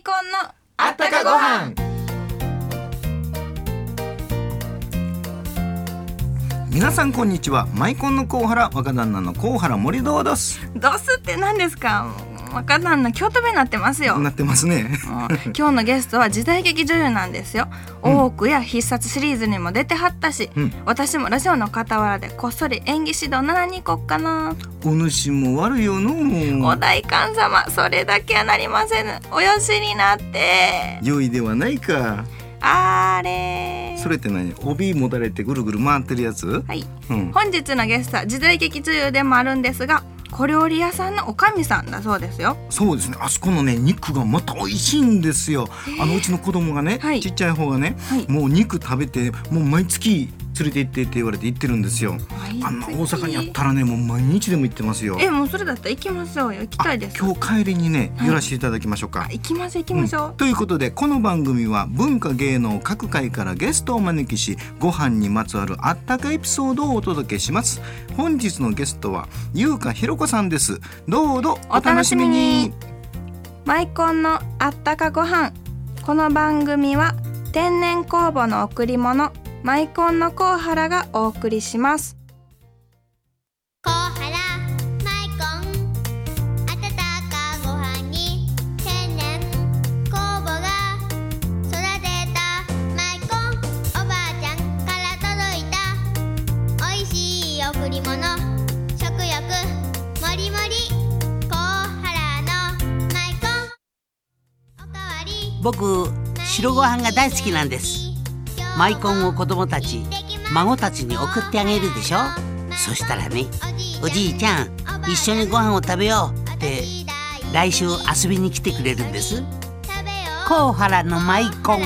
コンのあったかご飯。 皆さんこんにちは。マイコンのコウハラ、若旦那のコウハラ森堂です。 ドスって何ですか。若旦那京都弁になってますよ。 なってますね。 今日のゲストは時代劇女優なんですよ。大奥や必殺シリーズにも出てはったし、私もラジオの傍らでこっそり演技指導習いに行こっかな。 お主も悪いよの。 お代官様、それだけはなりませぬ。およしになって。 良いではないか。 あれそれって何？帯持たれてぐるぐる回ってるやつ？ はい、本日のゲストは時代劇女優でもあるんですが、小料理屋さんのおかみさんだそうですよ。 そうですね。あそこのね、肉がまた美味しいんですよ。うちの子供がね、ちっちゃい方がね、もう肉食べてもう毎月連れて行ってって言われて行ってるんですよ。大阪にあったらね、もう毎日でも行ってますよ。 もうそれだったら行きましょうよ。行きたいです。 今日帰りにね、寄らせていただきましょうか。 行きましょう、 ということで、この番組は文化芸能各界からゲストをお招きし、ご飯にまつわるあったかエピソードをお届けします。本日のゲストは優香ひろ子さんです。どうぞお楽しみに。 マイコンのあったかご飯。この番組は天然酵母の贈り物、マイコンのコウハラがお送りします。 コウハラマイコン、あたたかご飯に天然酵母が育てたマイコン、おばあちゃんから届いたおいしい贈り物、食欲もりもり、コウハラのマイコン、おかわり。 僕、白ご飯が大好きなんです。マイコンを子供たち、孫たちに送ってあげるでしょ。そしたらね、おじいちゃん一緒にご飯を食べようって来週遊びに来てくれるんです。コウハラのマイコン。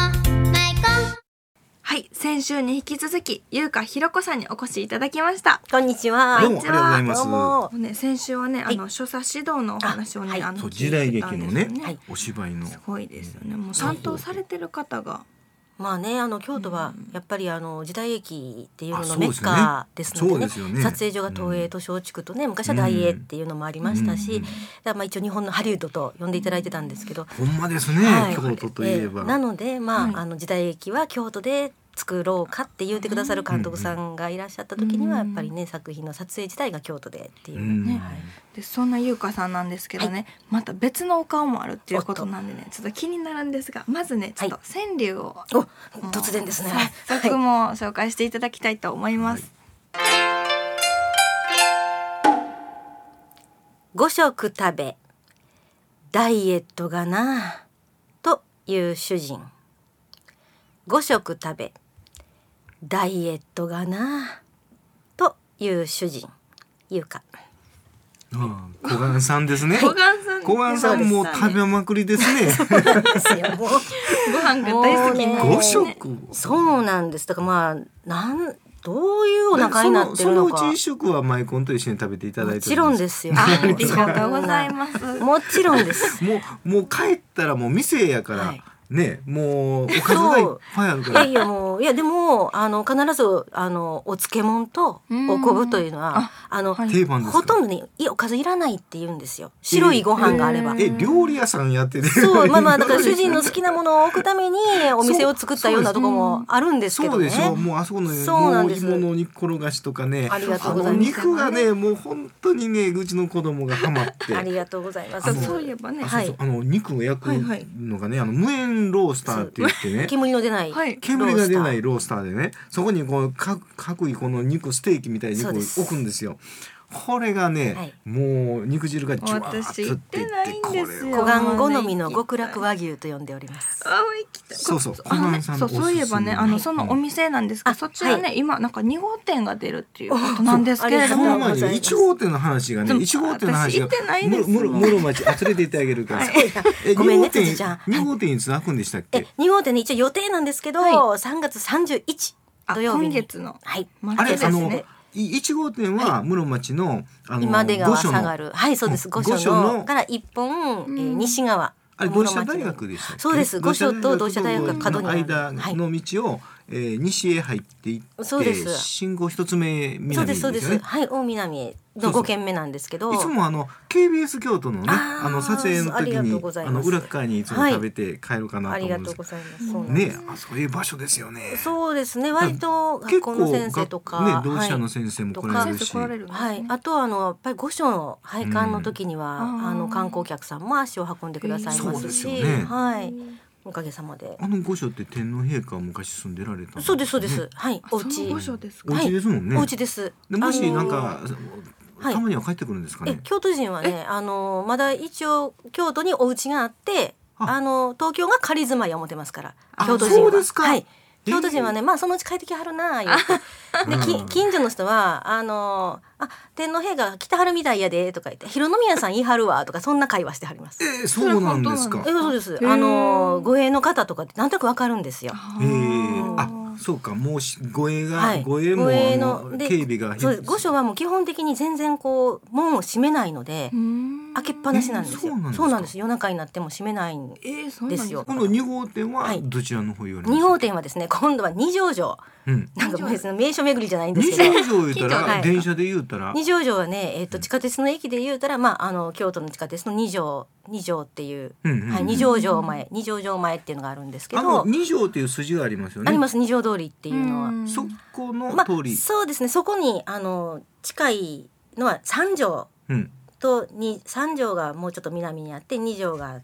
はい、先週に引き続き優香ひろ子さんにお越しいただきました。 こんにちは。 どうもありがとうございます。 もうね、先週はね、所作指導のお話をね、 そう時代劇のね、 はい、 お芝居のすごいですよね。もう担当されてる方がまあね、京都はやっぱり時代劇っていうののメッカですのでね、撮影所が東映と松竹とね、昔は大映っていうのもありましたし、だからまあ一応日本のハリウッドと呼んでいただいてたんですけど、 ほんまですね、京都といえば。 なので時代劇は京都で作ろうかって言ってくださる監督さんがいらっしゃった時にはやっぱりね、作品の撮影自体が京都でっていうね、 でそんな優香さんなんですけどね、また別のお顔もあるっていうことなんでね、ちょっと気になるんですが、まずねちょっと川柳を、 突然ですね、 早速も紹介していただきたいと思います。 5食食べダイエットがなという主人、5食食べダイエットがなという主人、優香。 小雁さんですね。 小雁さんも食べまくりですね。 ご飯が大好きな 5食。 そうなんです。だからどういうお腹になってるのか。 そのうち1食はマイコンと一緒に食べていただいてるんです。 もちろんですよ。 ありがとうございます。 もちろんです。 もう帰ったらもう店やから。ね、もうおかずがいっぱいあるから。 いやでも必ずお漬物とお昆布というのは定番ですか。 ほとんどねおかずいらないって言うんですよ。白いご飯があれば。 料理屋さんやってて。 そうだから主人の好きなものを置くためにお店を作ったようなところもあるんですけどね。 そうでしょ。もうあそこの芋の煮転がしとかね。 ありがとうございます。 肉がねもう本当にねうちの子供がハマって。 ありがとうございます。 そういえばね。 肉を焼くのがね無煙ロースターって言ってね、 煙の出ない、 煙が出ないロースターでね、そこにこう各位この肉ステーキみたいに肉を置くんですよ。これがね、もう肉汁がジュワーッと出てこれ小雁好みの極楽和牛と呼んでおります。 そう小雁さんのおすすめ。 そういえばねそのお店なんですが、そちらね今なんか2号店が出るっていうことなんですけれども、 1号店の話がね1号店の話が室町連れて行ってあげるから。 ごめんね辻ちゃん。 2号店いつ開くんでしたっけ。 2号店ね一応予定なんですけど3月31土曜日に、 今月のあれ1号店は室町の今出川下がる、そうです、御所のから一本西側、 同志社大学でしたっけ。 そうです、御所と同志社大学が角にある間の道を西へ入っていってそうです。 信号一つ目南ですよね。 そうです。はい、大南の5軒目なんですけど、 いつもKBS 京都のね撮影の時に裏側にいつも食べて帰るかなと思うんですけど、ね、そういう場所ですよね。 そうですね。割と学校の先生とかね、同志社の先生も来られるし、 はい、あとやっぱり御所の拝観の時には、観光客さんも足を運んでくださいますし、はい。おかげさまで。 御所って天皇陛下は昔住んでられたんですね。 そうですそうです。はい。お家。 御所ですか。 お家ですもんね。 お家です。 でもしなんかたまには帰ってくるんですかね。 京都人はね、まだ一応京都にお家があって、東京が仮住まいを持てますから。京都人は。 そうですか。 はい。京都人はね、まあそのうち帰ってきはるな言ってで近所の人は天皇陛下来てはるみたいやでとか言って広宮さん言いはるわとかそんな会話してはります。 そうなんですか。 そうです。護衛の方とかってなんとなくわかるんですよ。 そうか、もう護衛も警備がそうです。御所はもう基本的に全然こう門を閉めないので開けっぱなしなんですよ。そうなんです。夜中になっても閉めないんですよ。 今度2号店はどちらの方言われますか。 2号店はですね、今度は二条城、なんか別の名所巡りじゃないんですけど、 二条城言ったら電車で言うたら二条城はね、地下鉄の駅で言うたら京都の地下鉄の二条っていう、二条城前っていうのがあるんですけど、 二条っていう筋がありますよね。 あります。二条通りっていうのはそこの通り、 そうですね。そこに近いのは三条と三条がもうちょっと南にあって二条があって、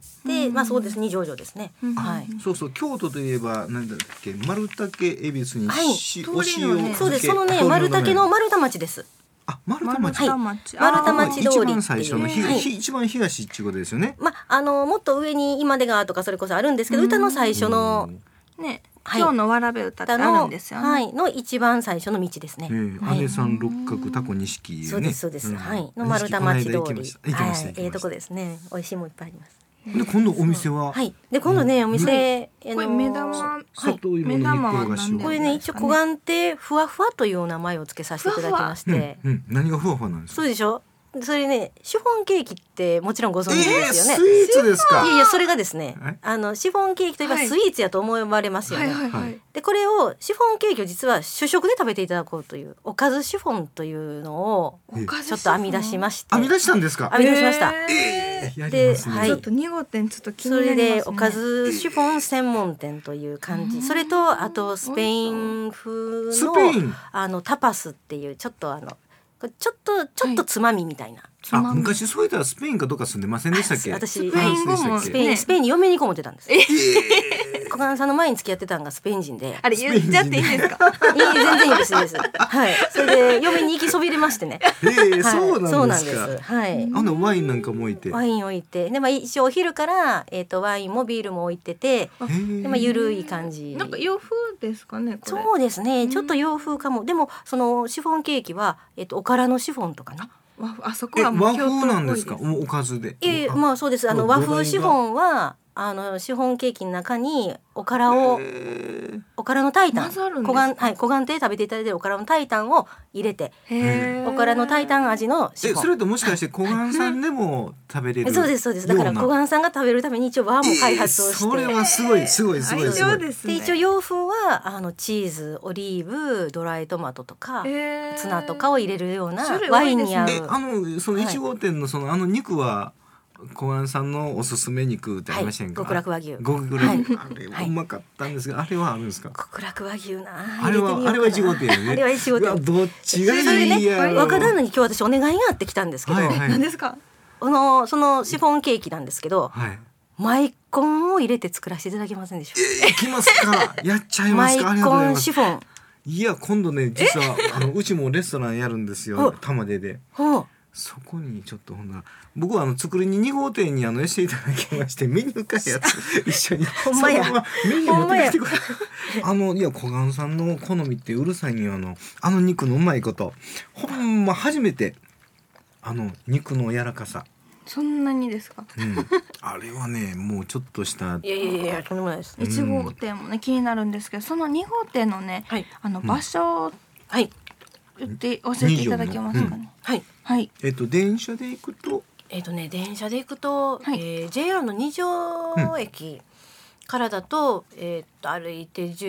そうです。二条城ですね。はい。 そうそう、京都といえばなんだっけ、丸竹恵比寿にお塩そうです。そのね、丸竹の丸太町です。 丸太町、 丸太町通り一番最初の一番東っていうことですよね。 もっと上に今出川とかそれこそあるんですけど、歌の最初のね、今日のわらべ歌ってあるんですよね。 の一番最初の道ですね。 姉さん六角タコ錦、 そうですそうです。はい。の丸太町通り、とこですね。美味しいもんいっぱいあります。 で今度お店は、 で今度ね、お店これ目玉はこれね、一応小雁亭ふわふわという名前を付けさせていただきまして、 何がふわふわなんですか。 そうでしょ。それね、シフォンケーキってもちろんご存知ですよね。 スイーツですか。 いやそれがですね、シフォンケーキといえばスイーツやと思われますよね。でこれをシフォンケーキを実は主食で食べていただこうというおかずシフォンというのをちょっと編み出しまして。 編み出したんですか。 編み出しました。 で、ちょっと2号店ちょっと気になりますね。 それでおかずシフォン専門店という感じ。それとあとスペイン風のタパスっていうちょっとちょっとつまみみたいな。 昔そういったらスペインかどっか住んでませんでしたっけ。 私スペインに嫁にこもってたんです。小雁さんの前に付き合ってたんがスペイン人で。 あれ言っちゃっていいんですか。 全然いいです。はい。それで嫁に行きそびれましてね。 そうなんですか。 はい。 ワインなんかも置いて。 ワイン置いて、で一応お昼からワインもビールも置いてて、でゆるい感じ。 なんか洋風ですかね。 そうですね。ちょっと洋風かも。でもそのシフォンケーキはおからのシフォンとかね。 そこはもう和風なんですか。おかずで。 そうです。和風シフォンはシフォンケーキの中におからのタイタン、小雁亭食べていただいてるおからのタイタンを入れて、おからのタイタン味のシフォン。 それともしかして小雁さんでも食べれる。 そうですだから小雁さんが食べるために一応和も開発をして、 それはすごいで一応洋風はチーズ、オリーブ、ドライトマトとかツナとかを入れるようなワインに合う。 その1号店の肉は小雁さんのおすすめ肉ってありませんか。 極楽和牛。 あれはうまかったんですが、あれはあるんですか。 極楽和牛な。 あれは1号店ね。 あれは1号店。 どっちがいいやろ。 若旦那に今日私お願いがあってきたんですけど。 何ですか。 そのシフォンケーキなんですけど、マイコンを入れて作らせていただけませんでしょうか。 いきますか。やっちゃいますか。 マイコンシフォン。 いや今度ね、実はうちもレストランやるんですよ。玉出で。そこにちょっと僕は作りに2号店に寄せていただきまして、メニュー開発一緒にほんまやメニュー持ってきてくれ。いや小雁さんの好みってうるさいに肉のうまいこと、ほんま初めて肉の柔らかさ。 そんなにですか。 あれはね、もうちょっとした。 いやとんでもないです。 1号店もね気になるんですけど、その2号店のね、場所教えていただけますかね。 電車で行くと電車で行くと、JR の二条駅からだと、歩いて10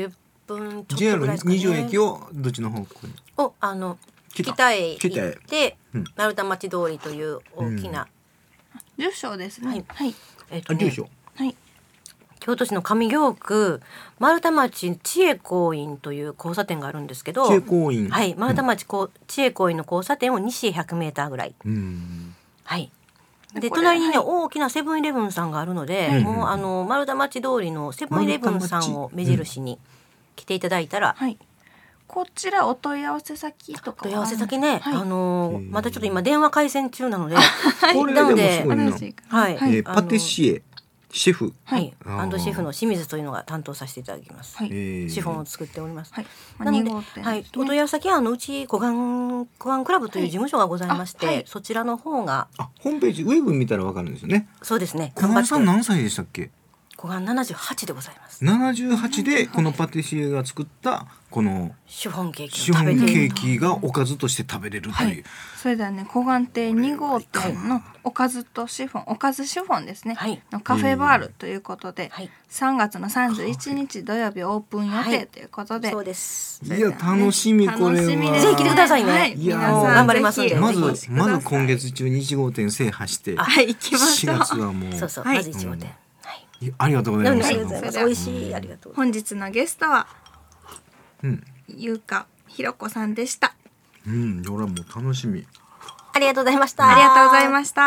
分ちょっとぐらいですかね。 JR20 駅をどっちの方向に？ 北へ行って、丸太町通りという大きな、 住所ですね。はい。 住所。 はい。 京都市の上京区丸太町知恵公院という交差点があるんですけど、 知恵公院、 はい、丸太町知恵公院の交差点を西へ100メーターぐらい、はい。で隣にね、大きなセブンイレブンさんがあるので、もう丸太町通りのセブンイレブンさんを目印に来ていただいたら、 こちらお問い合わせ先とか。 問い合わせ先ね、またちょっと今電話回線中なので、 これでもすごいな。パティシエシェフ、 アンドシェフの清水というのが担当させていただきます。シフォンを作っております。なので、お問い合わせ先はうち小雁クラブという事務所がございまして、そちらの方がホームページウェブ見たらわかるんですよね。 そうですね。 小雁さん何歳でしたっけ？ 小雁78でございます。 78でこのパティシエが作ったこのシフォンケーキがおかずとして食べれるという、 それではね、小雁亭2号店のおかずとシフォン、おかずシフォンですね、のカフェバールということで、3月の31日土曜日オープン予定ということで、 そうです。 いや楽しみ、これはぜひ来てくださいね。 いや頑張りますんで、 まず今月中に1号店制覇して、 行きましょう。 4月はもうそうそう、まず1号店、 ありがとうございます。 美味しい、ありがとう。 本日のゲストは優香ひろ子さんでした。 俺はもう楽しみ。 ありがとうございました。 ありがとうございました。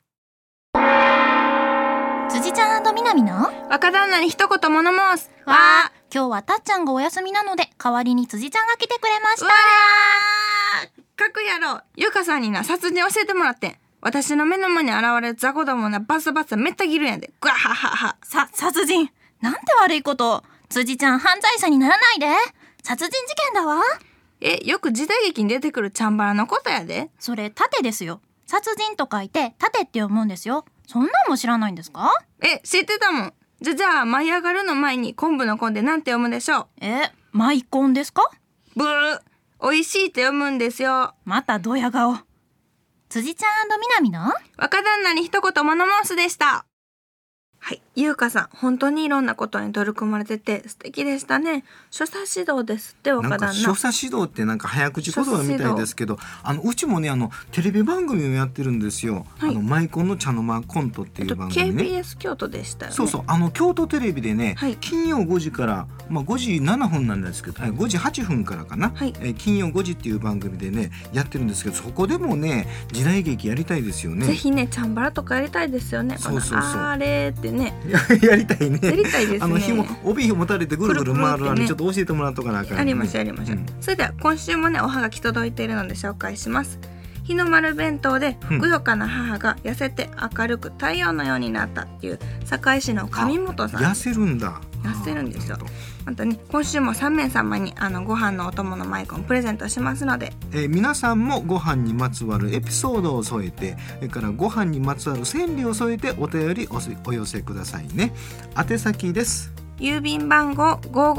辻ちゃん&みなみの若旦那に一言物申す。 わー、今日はたっちゃんがお休みなので代わりに辻ちゃんが来てくれました。 かくやろ。ゆかさんにな殺人教えてもらってん。私の目の前に現れる雑魚どもなバサバサめったぎるんやで。ぐわははは。 殺人なんて悪いこと。辻ちゃん犯罪者にならないで。殺人事件だわ。 よく時代劇に出てくるチャンバラのことやで。 それ盾ですよ。殺人と書いて盾って読むんですよ。そんなんも知らないんですか？ 知ってたもん。じゃあ舞い上がるの前に昆布の昆でなんて読むでしょう？ 舞昆ですか？ ブー、美味しいって読むんですよ。 またドヤ顔。辻ちゃん&みなみの若旦那に一言物申すでした。はい、優香さん本当にいろんなことに取り組まれてて素敵でしたね。所作指導ですって。若旦那所作指導ってなんか早口言葉みたいですけど、うちもねテレビ番組をやってるんですよ。マイコンの茶の間コントっていう番組ね。 KBS 京都でしたよね。 そう京都テレビでね、金曜5時から5時7分なんですけど、5時8分からかな、金曜5時っていう番組でねやってるんですけど、そこでもね時代劇やりたいですよね。 ぜひねチャンバラとかやりたいですよね。あれってねやりたいね。 やりたいですね。 帯紐持たれてぐるぐる回るあれちょっと教えてもらうとかなあかんね。 やりましょう。それでは今週もねおはがき届いているので紹介します。日の丸弁当でふくよかな母が痩せて明るく太陽のようになったっていう堺市の上本さん。 痩せるんだ。 痩せるんですよ。またね今週も3名様にご飯のお供のマイコンプレゼントしますので、 皆さんもご飯にまつわるエピソードを添えて、それからご飯にまつわる川柳を添えてお便りお寄せくださいね。宛先です。 郵便番号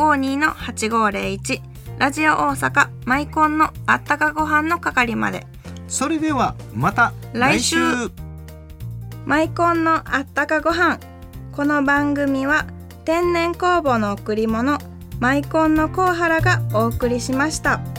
552-8501 ラジオ大阪マイコンのあったかご飯の係まで。 それではまた来週。 マイコンのあったかご飯。この番組は天然酵母の贈り物マイコンのコウハラがお送りしました。